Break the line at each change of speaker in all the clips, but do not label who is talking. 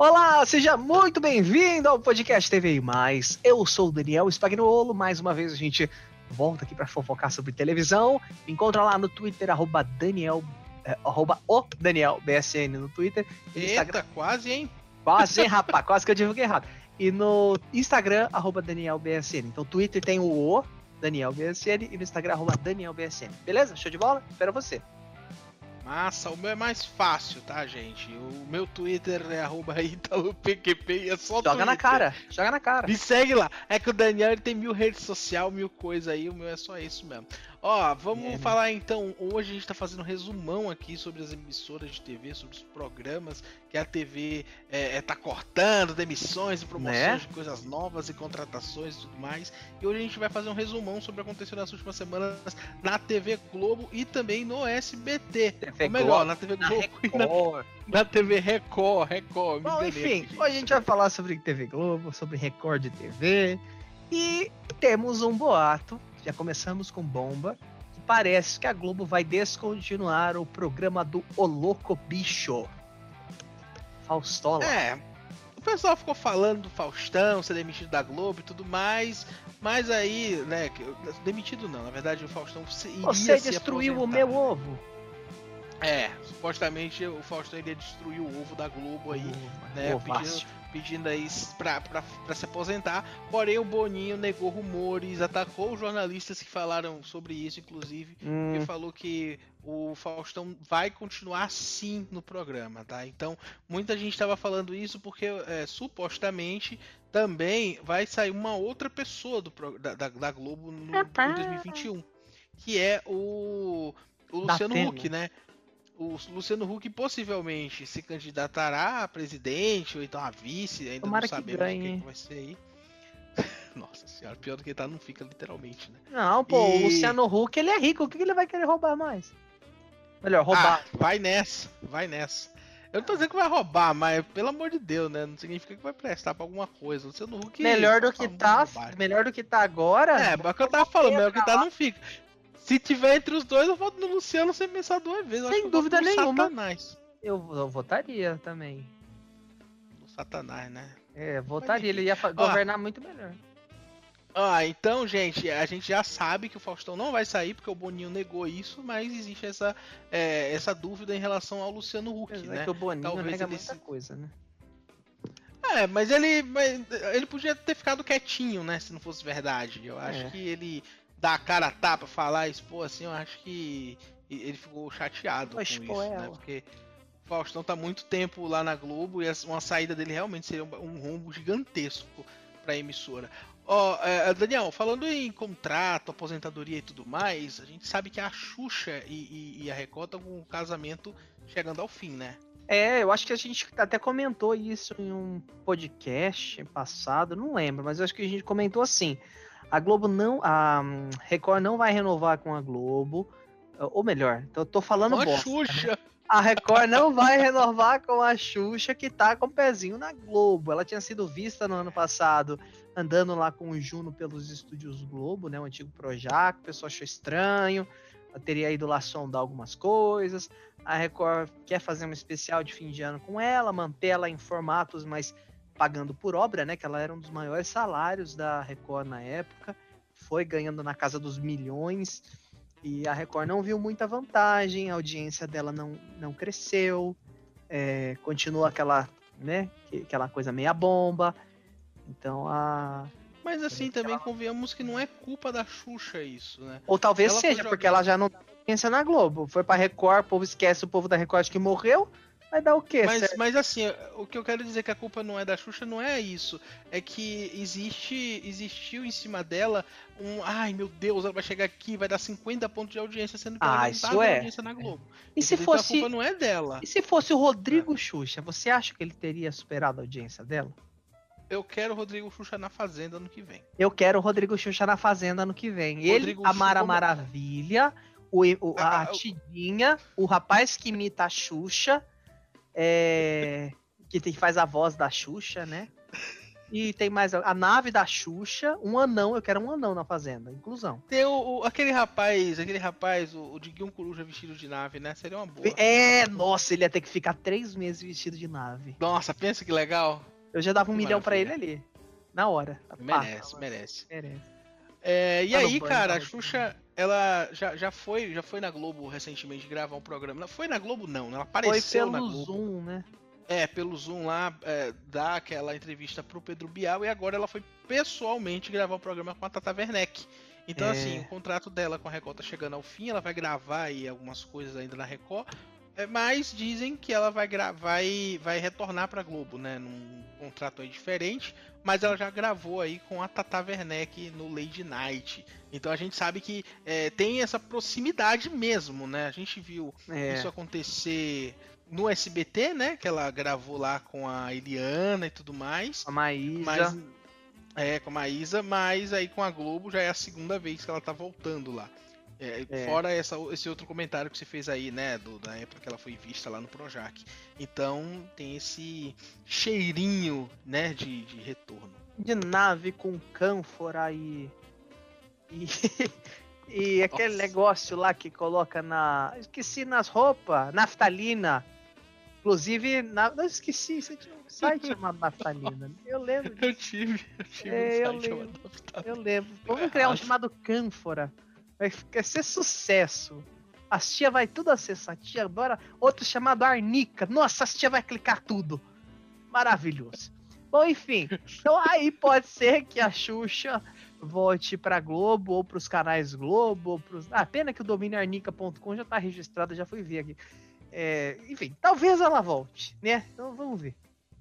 Olá, seja muito bem-vindo ao podcast TV Mais. Eu sou o Daniel Spagnuolo. Mais uma vez a gente volta aqui para fofocar sobre televisão. Me encontra lá no Twitter, o DanielBSN no Twitter. E no Instagram...
Eita, quase, hein?
Quase, hein, rapaz? Quase que eu divulguei errado. E no Instagram, @DanielBSN. Então, Twitter tem o DanielBSN e no Instagram, @DanielBSN. Beleza? Show de bola? Espero você.
Massa, o meu é mais fácil, tá, gente? O meu Twitter é @ItaloPQP e é só
Joga
Twitter.
na cara, joga na cara.
Me segue lá. É que o Daniel ele tem 1000 redes sociais, 1000 coisas aí, o meu é só isso mesmo. Ó, vamos falar então, hoje a gente tá fazendo um resumão aqui sobre as emissoras de TV, sobre os programas que a TV tá cortando, demissões e promoções de coisas novas e contratações e tudo mais. E hoje a gente vai fazer um resumão sobre o que aconteceu nas últimas semanas na TV Globo e também no SBT. Ou melhor, na TV Globo e na TV Record.
Bom, enfim, hoje a gente vai falar sobre TV Globo, sobre Record de TV. E temos um boato, já começamos com bomba, que parece que a Globo vai descontinuar o programa do O Louco Bicho. Faustola.
O pessoal ficou falando do Faustão ser demitido da Globo e tudo mais, mas aí, né, demitido não, na verdade o Faustão iria
Você
se
destruiu
aposentar.
o meu ovo.
Supostamente o Faustão iria destruir o ovo da Globo aí, né, pedindo aí pra se aposentar, porém o Boninho negou rumores, atacou os jornalistas que falaram sobre isso, inclusive, e falou que o Faustão vai continuar sim no programa, tá? Então, muita gente estava falando isso porque supostamente também vai sair uma outra pessoa da Globo em 2021, que é o Luciano Huck, né? O Luciano Huck possivelmente se candidatará a presidente ou então a vice, ainda
Tomara
não sabemos o que vai ser aí. Nossa senhora, pior do que tá, não fica literalmente, né?
Não, pô, o Luciano Huck, ele é rico, o que ele vai querer roubar mais? Melhor, roubar.
Vai nessa. Eu não tô dizendo que vai roubar, mas pelo amor de Deus, né? Não significa que vai prestar pra alguma coisa. O Luciano Huck...
Melhor do que tá agora?
É o que eu tava falando, melhor que tá não fica. Se tiver entre os dois, eu voto no Luciano sem pensar duas vezes.
Sem dúvida nenhuma.
Satanás.
Eu votaria também.
No Satanás, né?
Votaria. Ele ia governar muito melhor.
Então, gente, a gente já sabe que o Faustão não vai sair, porque o Boninho negou isso, mas existe essa dúvida em relação ao Luciano Huck, né?
Que o Boninho nega muita coisa, né?
Mas ele podia ter ficado quietinho, né? Se não fosse verdade. Eu acho que ele... dar a cara a tapa, falar, expor assim, eu acho que ele ficou chateado com isso, né? Porque o Faustão tá muito tempo lá na Globo e uma saída dele realmente seria um rombo gigantesco pra emissora. Daniel, falando em contrato, aposentadoria e tudo mais, a gente sabe que a Xuxa e a Record estão com o casamento chegando ao fim, né?
Eu acho que a gente até comentou isso em um podcast passado, não lembro, mas eu acho que a gente comentou assim. A Record não vai renovar com a Globo, ou melhor, eu tô falando bosta.
Xuxa.
Né? A Record não vai renovar com a Xuxa, que tá com o pezinho na Globo. Ela tinha sido vista no ano passado, andando lá com o Juno pelos estúdios Globo, né, o antigo Projac, o pessoal achou estranho, ela teria ido lá sondar algumas coisas. A Record quer fazer um especial de fim de ano com ela, manter ela em formatos mais... pagando por obra, né? Que ela era um dos maiores salários da Record na época, foi ganhando na casa dos milhões, e a Record não viu muita vantagem, a audiência dela não cresceu, continua aquela coisa meia bomba, então
Mas assim, também convenhamos que não é culpa da Xuxa isso, né?
Ou talvez seja, porque ela já não tem audiência na Globo, foi pra Record, o povo esquece, o povo da Record acho que morreu, vai dar o quê?
Mas assim, o que eu quero dizer que a culpa não é da Xuxa não é isso. É que existiu em cima dela ai meu Deus, ela vai chegar aqui, vai dar 50 pontos de audiência, sendo que ela não tá dando audiência na Globo.
E se fosse...
a culpa não é dela.
E se fosse o Rodrigo Xuxa, você acha que ele teria superado a audiência dela?
Eu quero o Rodrigo Xuxa na Fazenda ano que vem.
Eu quero o Rodrigo Xuxa na Fazenda ano que vem. Ele, a Mara Maravilha, a Tidinha, o rapaz que imita a Xuxa... que faz a voz da Xuxa, né? E tem mais a nave da Xuxa, um anão, eu quero um anão na Fazenda, inclusão.
Tem aquele rapaz, o Diguinho Coruja vestido de nave, né? Seria uma boa.
Nossa, ele ia ter que ficar 3 meses vestido de nave.
Nossa, pensa que legal.
Eu já dava 1 milhão pra ele ali, na hora.
Merece.
E
aí, cara, a Xuxa, ela já foi na Globo recentemente gravar um programa. Não foi na Globo, não, ela apareceu na Globo.
Foi pelo Zoom, né?
Pelo Zoom lá, dar aquela entrevista pro Pedro Bial, e agora ela foi pessoalmente gravar o programa com a Tata Werneck. Então, assim, o contrato dela com a Record tá chegando ao fim, ela vai gravar aí algumas coisas ainda na Record, mas dizem que ela vai retornar pra Globo, né, num contrato aí diferente, mas ela já gravou aí com a Tata Werneck no Lady Night. Então a gente sabe que tem essa proximidade mesmo, né, a gente viu isso acontecer no SBT, né? Que ela gravou lá com a Eliana e tudo mais.
A Maísa.
Com a Maísa, mas aí com a Globo já é a segunda vez que ela tá voltando lá. Fora esse outro comentário que você fez aí, né? Da época que ela foi vista lá no Projac. Então tem esse cheirinho, né? De retorno.
De nave com cânfora e aquele negócio lá que coloca esqueci nas roupas, naftalina. Inclusive, não esqueci, você tinha um site chamado Naftalina. Eu lembro disso.
Eu tive um site chamado Naftalina.
Eu lembro. Vamos criar um chamado Cânfora. Vai ser sucesso. As tia vai tudo acessar. Tia adora. Outro chamado Arnica. Nossa, as tia vai clicar tudo. Maravilhoso. Bom, enfim. Então aí pode ser que a Xuxa volte pra Globo ou pros canais Globo. Ou pros... pena que o domínio arnica.com já tá registrado, já fui ver aqui. Enfim, talvez ela volte, né? Então vamos ver.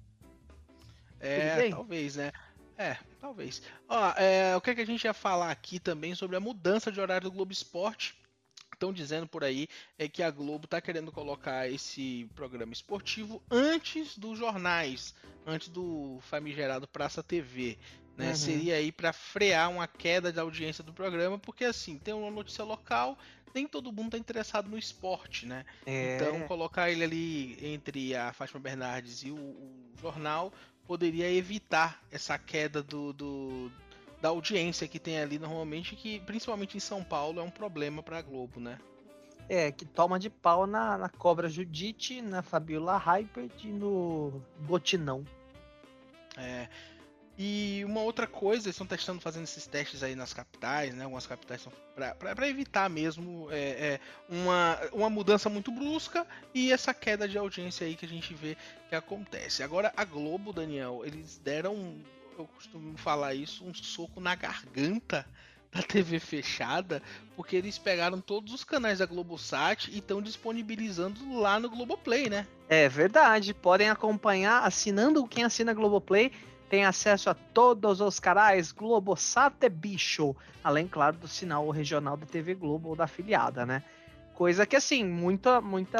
Talvez, né? Talvez. O que a gente ia falar aqui também sobre a mudança de horário do Globo Esporte. Estão dizendo por aí que a Globo está querendo colocar esse programa esportivo antes dos jornais, antes do famigerado Praça TV. Né?
Uhum.
Seria aí para frear uma queda de audiência do programa, porque assim, tem uma notícia local, nem todo mundo está interessado no esporte, né? Então colocar ele ali entre a Fátima Bernardes e o jornal poderia evitar essa queda da audiência que tem ali normalmente, que principalmente em São Paulo é um problema para a Globo, né?
Que toma de pau na Cobra Judite, na Fabiola Hypert e no Gotinão.
E uma outra coisa, eles estão testando, fazendo esses testes aí nas capitais, né? Algumas capitais para evitar mesmo uma mudança muito brusca e essa queda de audiência aí que a gente vê que acontece. Agora a Globo, Daniel, eles deram, eu costumo falar isso, um soco na garganta da TV fechada, porque eles pegaram todos os canais da Globosat e estão disponibilizando lá no Globoplay, né?
É verdade, podem acompanhar, quem assina Globoplay tem acesso a todos os canais Globosat e Bicho, além, claro, do sinal regional da TV Globo ou da afiliada, né? Coisa que, assim, muita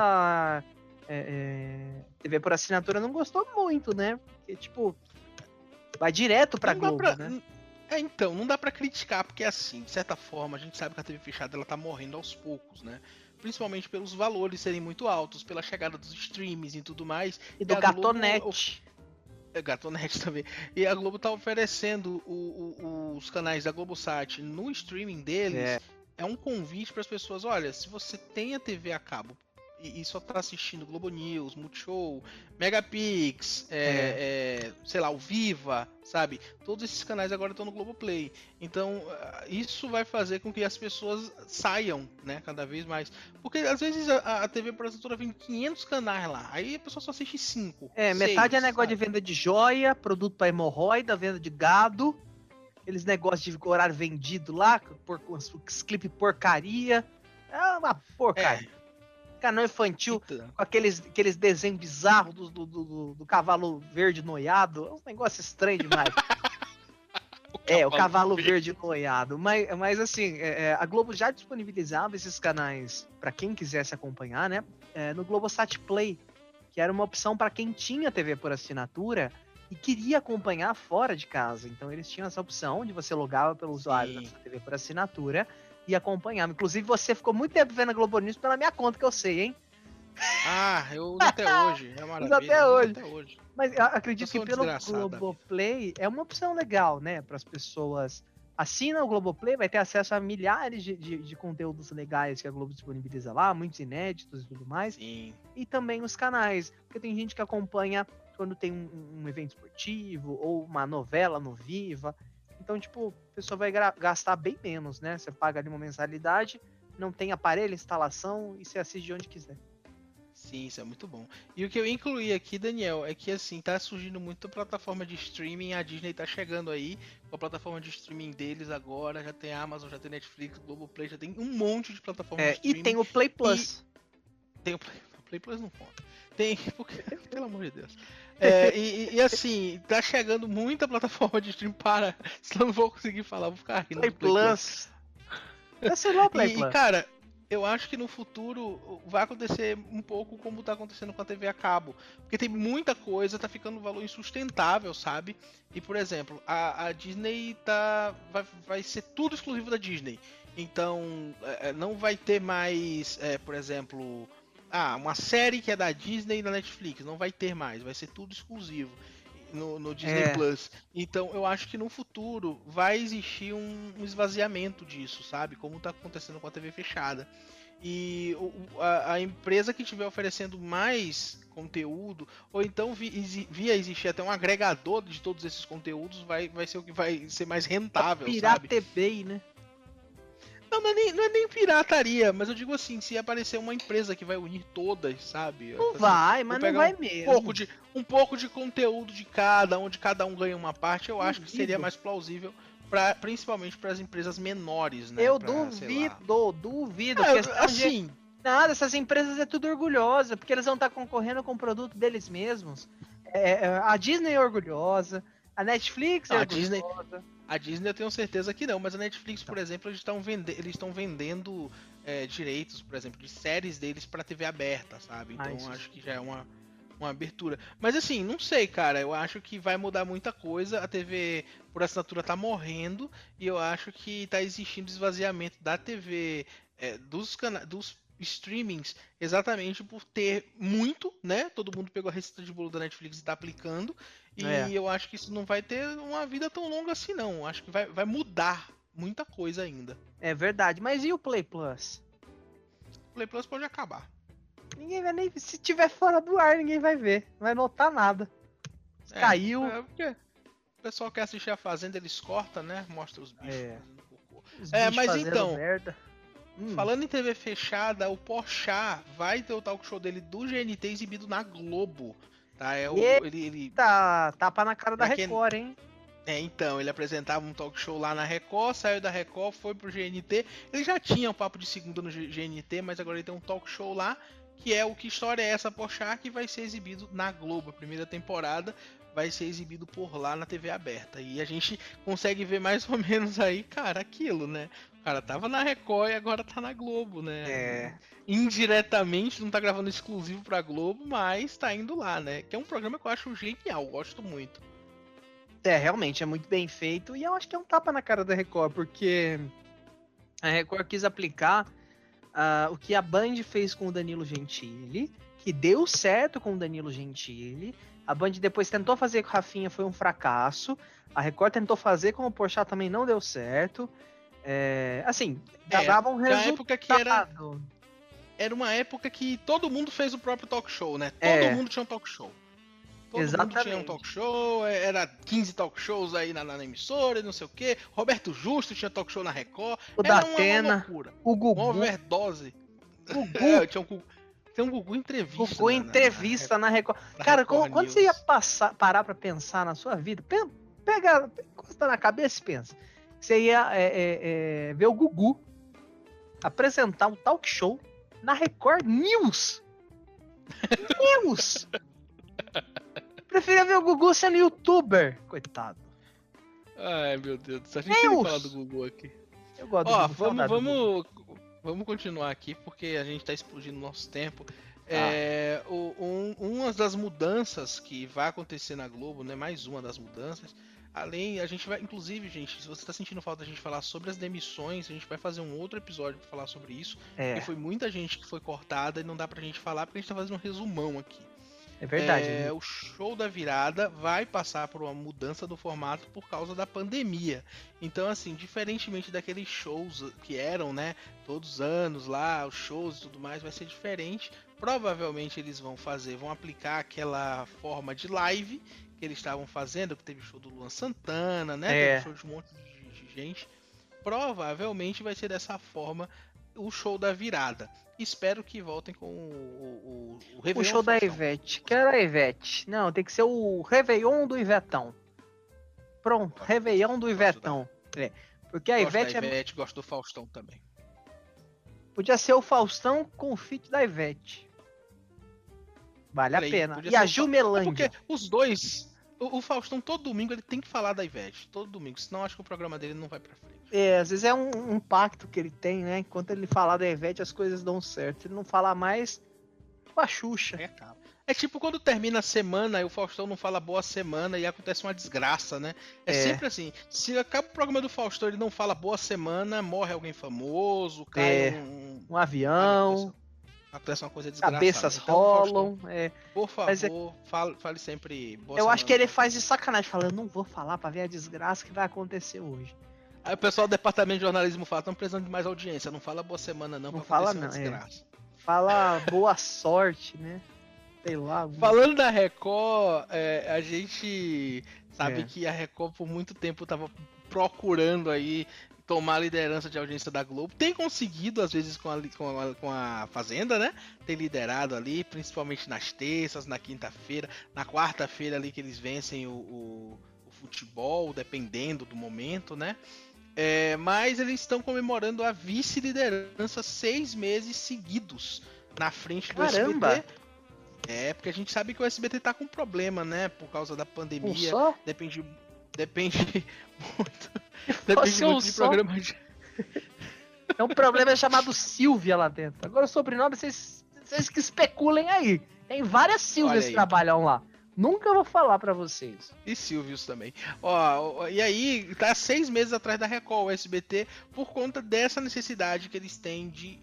TV por assinatura não gostou muito, né? Porque, tipo, vai direto pra Globo, né?
Então, não dá pra criticar, porque, assim, de certa forma, a gente sabe que a TV fechada ela tá morrendo aos poucos, né? Principalmente pelos valores serem muito altos, pela chegada dos streams e tudo mais.
E do Gatonete.
Gatonete também. E a Globo tá oferecendo os canais da Globosat no streaming deles. É um convite para as pessoas. Olha, se você tem a TV a cabo e só tá assistindo Globo News, Multishow, Megapix, sei lá, o Viva, sabe? Todos esses canais agora estão no Globoplay. Então, isso vai fazer com que as pessoas saiam, né, cada vez mais. Porque às vezes a TV por assinatura vem 500 canais lá, aí a pessoa só assiste 5.
Metade é negócio de venda de joia, produto para hemorroida, venda de gado, aqueles negócios de horário vendido lá, com os clipes porcaria. É uma porcaria. Canal infantil com aqueles desenhos bizarros do cavalo verde noiado. É um negócio estranho demais. O cavalo verde noiado. Mas assim, a Globo já disponibilizava esses canais para quem quisesse acompanhar, né? No Globosat Play, que era uma opção para quem tinha TV por assinatura e queria acompanhar fora de casa. Então eles tinham essa opção de você logava pelo usuário da sua TV por assinatura e acompanhava. Inclusive, você ficou muito tempo vendo a Globo News pela minha conta, que eu sei, hein?
Eu uso até hoje, é
Usa
maravilha.
até hoje.
Até hoje.
Mas eu acredito que
Eu sou um
pelo
desgraçado da vida.
Globoplay é uma opção legal, né? Para as pessoas. Assina o Globoplay, vai ter acesso a milhares de conteúdos legais que a Globo disponibiliza lá, muitos inéditos e tudo mais.
Sim.
E também os canais, porque tem gente que acompanha quando tem um evento esportivo ou uma novela no Viva. Então, tipo, a pessoa vai gastar bem menos, né? Você paga ali uma mensalidade, não tem aparelho, instalação e você assiste de onde quiser.
Sim, isso é muito bom. E o que eu incluí aqui, Daniel, é que assim, tá surgindo muita plataforma de streaming, a Disney tá chegando aí com a plataforma de streaming deles agora, já tem Amazon, já tem Netflix, Globoplay, já tem um monte de plataforma de
E
streaming.
tem o Play Plus.
Tem o Play Plus não conta. Tem, porque, pelo amor de Deus. E assim, tá chegando muita plataforma de streaming para, senão eu não vou conseguir falar, vou ficar rindo
Play
do Play Plus.
Sei lá o Play Plus.
Cara, eu acho que no futuro vai acontecer um pouco como tá acontecendo com a TV a cabo. Porque tem muita coisa, tá ficando um valor insustentável, sabe? E, por exemplo, a Disney vai ser tudo exclusivo da Disney. Então, não vai ter mais, por exemplo, uma série que é da Disney e da Netflix. Não vai ter mais, vai ser tudo exclusivo no Disney Plus. Então eu acho que no futuro vai existir um esvaziamento disso, sabe? Como tá acontecendo com a TV fechada. E a empresa que estiver oferecendo mais conteúdo, ou então via existir até um agregador de todos esses conteúdos, vai ser o que vai ser mais rentável, sabe?
Piratebay, né?
Não é nem pirataria, mas eu digo assim, se aparecer uma empresa que vai unir todas, sabe?
Não
assim,
vai, mas não vai mesmo.
Um pouco de conteúdo de cada, onde cada um ganha uma parte, eu acho que seria mais plausível, principalmente para as empresas menores, né?
Eu duvido.
Assim...
Nada, essas empresas é tudo orgulhosa, porque eles vão estar concorrendo com o produto deles mesmos. A Disney é orgulhosa, a Netflix é orgulhosa.
A Disney eu tenho certeza que não, mas a Netflix, por exemplo, eles estão vendendo direitos, por exemplo, de séries deles para TV aberta, sabe? Então acho que já é uma abertura. Mas assim, não sei, cara, eu acho que vai mudar muita coisa, a TV por assinatura tá morrendo, e eu acho que tá existindo esvaziamento da TV, dos streamings, exatamente por ter muito, né? Todo mundo pegou a receita de bolo da Netflix e tá aplicando. E eu acho que isso não vai ter uma vida tão longa assim, não. Acho que vai mudar muita coisa ainda.
É verdade, mas e o Play Plus?
O Play Plus pode acabar.
Ninguém vai nem... Se tiver fora do ar, ninguém vai ver. Não vai notar nada. Caiu.
Porque o pessoal quer assistir a Fazenda, eles cortam, né? Mostra os bichos fazendo cocô.
Mas então... Merda.
Falando em TV fechada, o Porchat vai ter o talk show dele do GNT exibido na Globo. Tá?
Tapa na cara da Record, hein?
Então, ele apresentava um talk show lá na Record, saiu da Record, foi pro GNT. Ele já tinha um papo de segunda no GNT, mas agora ele tem um talk show lá, que é o Que História é Essa, Porchat, que vai ser exibido na Globo. A primeira temporada vai ser exibido por lá na TV aberta. E a gente consegue ver mais ou menos aí, cara, aquilo, né? O cara tava na Record e agora tá na Globo, né? Indiretamente não tá gravando exclusivo pra Globo, mas tá indo lá, né? Que é um programa que eu acho genial, gosto muito.
Realmente é muito bem feito e eu acho que é um tapa na cara da Record, porque a Record quis aplicar o que a Band fez com o Danilo Gentili, que deu certo com o Danilo Gentili. A Band depois tentou fazer com o Rafinha, foi um fracasso. A Record tentou fazer com o Porchat, também não deu certo. Assim, dava um resultado.
Época que era uma época que todo mundo fez o próprio talk show, né? Todo mundo tinha um talk show. Todo mundo tinha um talk show, era 15 talk shows aí na emissora, não sei o que. Roberto Justo tinha talk show na Record.
O
era
uma loucura. O Gugu.
Uma overdose. Gugu. Tem um Gugu entrevista.
Gugu entrevista na Record. Cara, quando você ia parar pra pensar na sua vida, encosta na cabeça e pensa. Você ia ver o Gugu apresentar um talk show na Record News. Preferia ver o Gugu sendo youtuber. Coitado.
Ai, meu Deus do céu. A gente tem que falar do Gugu aqui.
Eu gosto do
Gugu. Vamos continuar aqui, porque a gente tá explodindo o nosso tempo. Uma das mudanças que vai acontecer na Globo, né? Mais uma das mudanças, além, a gente vai, inclusive, gente, se você tá sentindo falta da gente falar sobre as demissões, a gente vai fazer um outro episódio pra falar sobre isso, porque foi muita gente que foi cortada e não dá pra gente falar, porque a gente tá fazendo um resumão aqui.
É verdade.
O show da virada vai passar por uma mudança do formato por causa da pandemia. Então, assim, diferentemente daqueles shows que eram, né, todos os anos lá, os shows e tudo mais, vai ser diferente. Provavelmente eles vão aplicar aquela forma de live que eles estavam fazendo, que teve show do Luan Santana, né, teve show de um monte de gente. Provavelmente vai ser dessa forma o show da virada. Espero que voltem com o Réveillon.
O show da Ivete. Quero a Ivete. Não, tem que ser o Réveillon do Ivetão. Pronto, Réveillon do Ivetão. Porque a Ivete
gosto do Faustão também.
Podia ser o Faustão com o feat da Ivete. Vale a pena. E a Jumelândia.
Porque os dois... O Faustão, todo domingo, ele tem que falar da Ivete. Todo domingo. Senão, acho que o programa dele não vai pra frente.
Às vezes é um pacto que ele tem, né? Enquanto ele falar da Ivete, as coisas dão certo. Ele não falar mais com a Xuxa.
É tipo quando termina a semana e o Faustão não fala boa semana e acontece uma desgraça, né? Sempre assim. Se acaba o programa do Faustão e ele não fala boa semana, morre alguém famoso, cai
um avião...
Acontece uma coisa desgraçada.
Cabeças rolam.
Por favor, fale sempre boa semana.
Eu acho que ele faz de sacanagem, falando, eu não vou falar pra ver a desgraça que vai acontecer hoje.
Aí o pessoal do departamento de jornalismo fala, estão precisando de mais audiência, não fala boa semana não,
pra fala não, desgraça. Fala boa sorte, né? Sei lá.
Falando da Record, a gente sabe que a Record por muito tempo tava procurando aí tomar a liderança de audiência da Globo. Tem conseguido, às vezes, com a Fazenda, né? Tem liderado ali, principalmente nas terças, na quinta-feira, na quarta-feira ali que eles vencem o futebol, dependendo do momento, né? Mas eles estão comemorando a vice-liderança 6 meses seguidos na frente do SBT. Porque a gente sabe que o SBT tá com problema, né? Por causa da pandemia. Depende muito. Depende muito de programa de...
É um problema chamado Silvia lá dentro. Agora o sobrenome, vocês que especulem aí. Tem várias Silvias que trabalham lá. Nunca vou falar pra vocês.
E Silvios também. E aí, tá 6 meses atrás da Record, o SBT, por conta dessa necessidade que eles têm de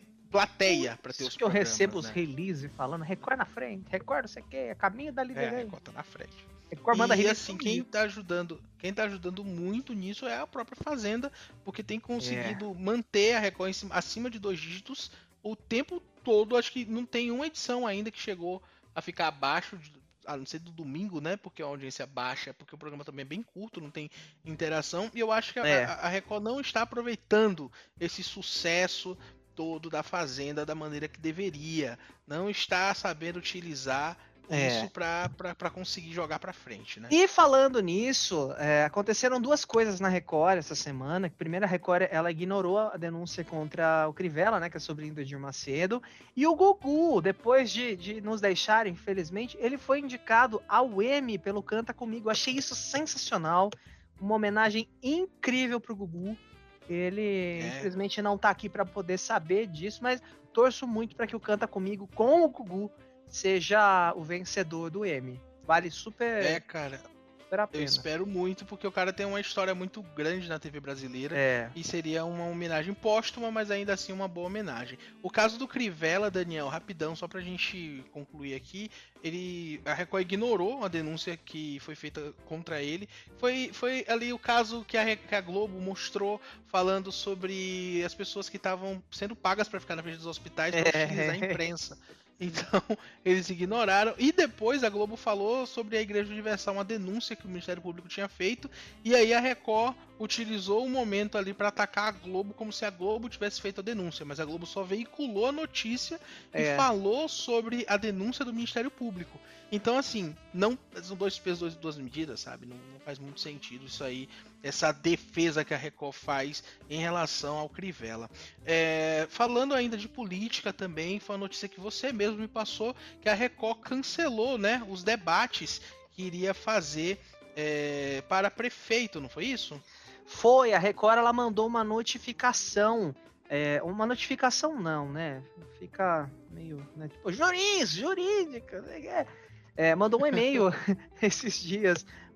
plateia pra ter os
programas. Eu recebo os releases falando, Record na frente, Record não sei o que, é caminho da liderança.
Record tá na frente.
E
assim, quem tá ajudando muito nisso é a própria Fazenda, porque tem conseguido manter a Record acima de 2 dígitos o tempo todo. Acho que não tem uma edição ainda que chegou a ficar abaixo, a não ser do domingo, né? Porque a audiência baixa, porque o programa também é bem curto, não tem interação. E eu acho que a Record não está aproveitando esse sucesso todo da Fazenda da maneira que deveria. Não está sabendo utilizar isso pra conseguir jogar pra frente, né?
E falando nisso, aconteceram 2 coisas na Record essa semana. Primeiro, a Record ela ignorou a denúncia contra o Crivella, né, que é sobrinho do Edir Macedo. E o Gugu, depois de nos deixar, infelizmente, ele foi indicado ao Emmy pelo Canta Comigo. Eu achei isso sensacional. Uma homenagem incrível pro Gugu. Ele, infelizmente, não tá aqui para poder saber disso, mas torço muito para que o Canta Comigo com o Gugu seja o vencedor do Emmy. Vale super,
cara,
super a pena.
Eu espero muito, porque o cara tem uma história muito grande na TV brasileira e seria uma homenagem póstuma, mas ainda assim uma boa homenagem. O caso do Crivella, Daniel, rapidão, só pra gente concluir aqui, a Record ignorou a denúncia que foi feita contra ele. Foi ali o caso que a Globo mostrou falando sobre as pessoas que estavam sendo pagas para ficar na frente dos hospitais para utilizar a imprensa. Então, eles ignoraram. E depois a Globo falou sobre a Igreja Universal, uma denúncia que o Ministério Público tinha feito. E aí a Record utilizou o momento ali para atacar a Globo como se a Globo tivesse feito a denúncia. Mas a Globo só veiculou a notícia e falou sobre a denúncia do Ministério Público. Então, assim, não são 2 pesos, 2 medidas, sabe? Não faz muito sentido isso aí, essa defesa que a Record faz em relação ao Crivella. Falando ainda de política também, foi uma notícia que você mesmo me passou, que a Record cancelou, né, os debates que iria fazer para prefeito, não foi isso?
Foi, a Record ela mandou uma notificação. Uma notificação não, né? Fica meio, né, tipo, jurídica. Mandou um e-mail esses dias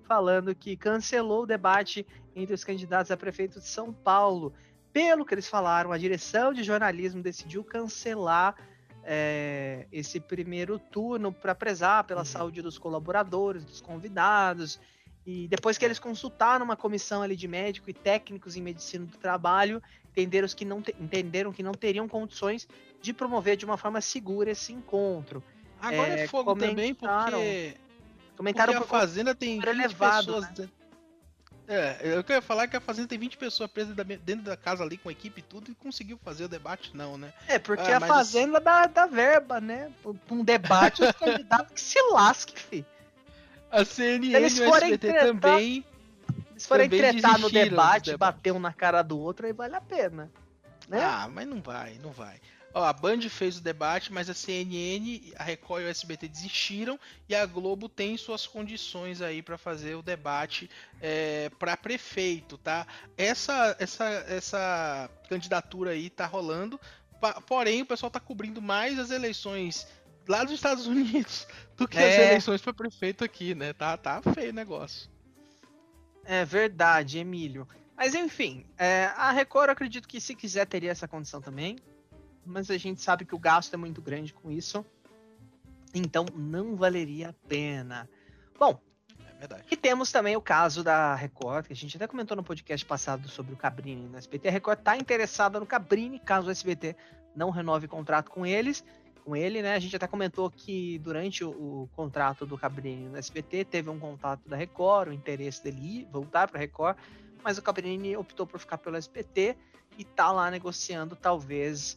falando que cancelou o debate entre os candidatos a prefeito de São Paulo. Pelo que eles falaram, a direção de jornalismo decidiu cancelar esse primeiro turno para prezar pela saúde dos colaboradores, dos convidados. E depois que eles consultaram uma comissão ali de médicos e técnicos em medicina do trabalho, entenderam que não teriam condições de promover de uma forma segura esse encontro.
Agora é fogo também, porque
comentaram
a Fazenda tem 20
elevado,
pessoas... Né? Eu queria falar que a Fazenda tem 20 pessoas presas dentro da casa ali com a equipe e tudo e conseguiu fazer o debate, não, né?
Porque a Fazenda dá verba, né? Pra um debate, os candidatos que se lasquem, filho.
A CNN e o SBT também.
Se forem tretar no debate, bater um na cara do outro, aí vale a pena. Né?
Mas não vai. Ó, a Band fez o debate, mas a CNN, a Record e o SBT desistiram e a Globo tem suas condições aí para fazer o debate para prefeito, tá? Essa candidatura aí tá rolando, porém o pessoal tá cobrindo mais as eleições lá dos Estados Unidos do que as eleições para prefeito aqui, né? Tá feio o negócio.
É verdade, Emílio. Mas enfim, a Record eu acredito que se quiser teria essa condição também. Mas a gente sabe que o gasto é muito grande com isso. Então não valeria a pena. Bom,
verdade.
E temos também o caso da Record, que a gente até comentou no podcast passado sobre o Cabrini no SBT. A Record está interessada no Cabrini, caso o SBT não renove contrato com ele, né? A gente até comentou que durante o contrato do Cabrini no SBT teve um contato da Record, o interesse dele ir, voltar para a Record, mas o Cabrini optou por ficar pelo SBT e tá lá negociando talvez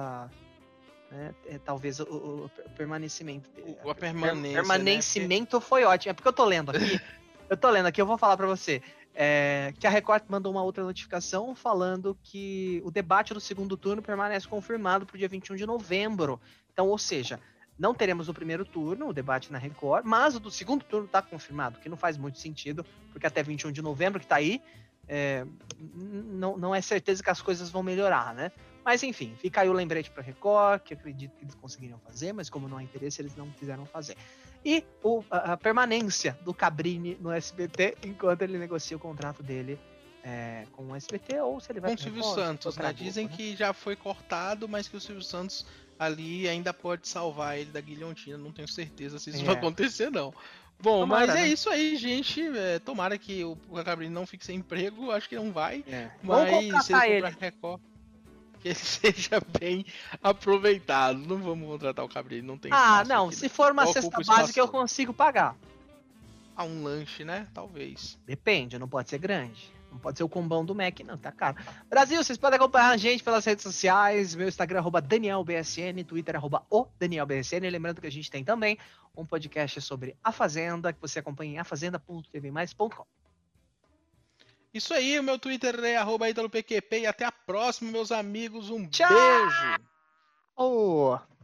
talvez o permanecimento dele.
A permanência,
permanecimento, né? Foi ótimo. É porque eu tô lendo aqui, eu vou falar para você. Que a Record mandou uma outra notificação falando que o debate do segundo turno permanece confirmado para o dia 21 de novembro. Então, ou seja, não teremos o primeiro turno, o debate na Record, mas o do segundo turno está confirmado, que não faz muito sentido, porque até 21 de novembro que tá aí, não é certeza que as coisas vão melhorar, né? Mas enfim, fica aí o lembrete para Record, que acredito que eles conseguiriam fazer, mas como não há interesse, eles não quiseram fazer. E a permanência do Cabrini no SBT, enquanto ele negocia o contrato dele com o SBT, ou se ele vai
com o Silvio Santos, né? Dizem que já foi cortado, mas que o Silvio Santos ali ainda pode salvar ele da guilhotina. Não tenho certeza se isso vai acontecer, não. Bom, tomara, mas é isso aí, gente. Tomara que o Cabrini não fique sem emprego. Acho que não vai. Mas se ele for pra Record, que ele seja bem aproveitado. Não vamos contratar o Cabrini, não tem espaço.
Não. Se for uma cesta básica, eu consigo pagar.
Um lanche, né? Talvez.
Depende, não pode ser grande. Não pode ser o combão do Mac, não, tá caro. Brasil, vocês podem acompanhar a gente pelas redes sociais. Meu Instagram é @DanielBSN, Twitter é @ODanielBSN. Lembrando que a gente tem também um podcast sobre A Fazenda, que você acompanha em afazenda.tvmais.com.
Isso aí, o meu Twitter é @ItaloPQP e até a próxima, meus amigos. Um
Tchau!
beijo!